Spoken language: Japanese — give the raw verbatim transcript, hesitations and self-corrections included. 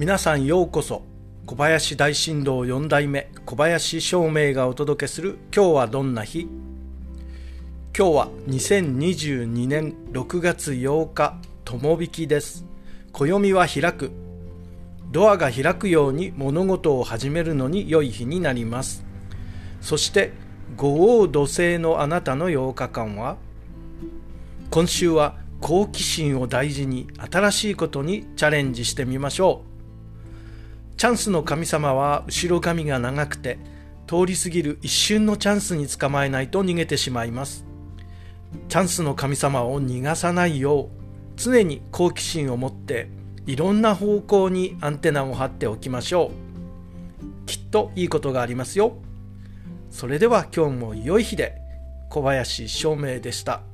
皆さんようこそ。小林大震動よん代目小林照明がお届けする今日はどんな日。今日はにせんにじゅうにねんろくがつようか、友引です。暦は開く。ドアが開くように物事を始めるのに良い日になります。そして五黄土星のあなたのようかかんは、今週は好奇心を大事に新しいことにチャレンジしてみましょう。チャンスの神様は後ろ髪が長くて、通り過ぎる一瞬のチャンスに捕まえないと逃げてしまいます。チャンスの神様を逃がさないよう、常に好奇心を持っていろんな方向にアンテナを張っておきましょう。きっといいことがありますよ。それでは今日も良い日で。小林照明でした。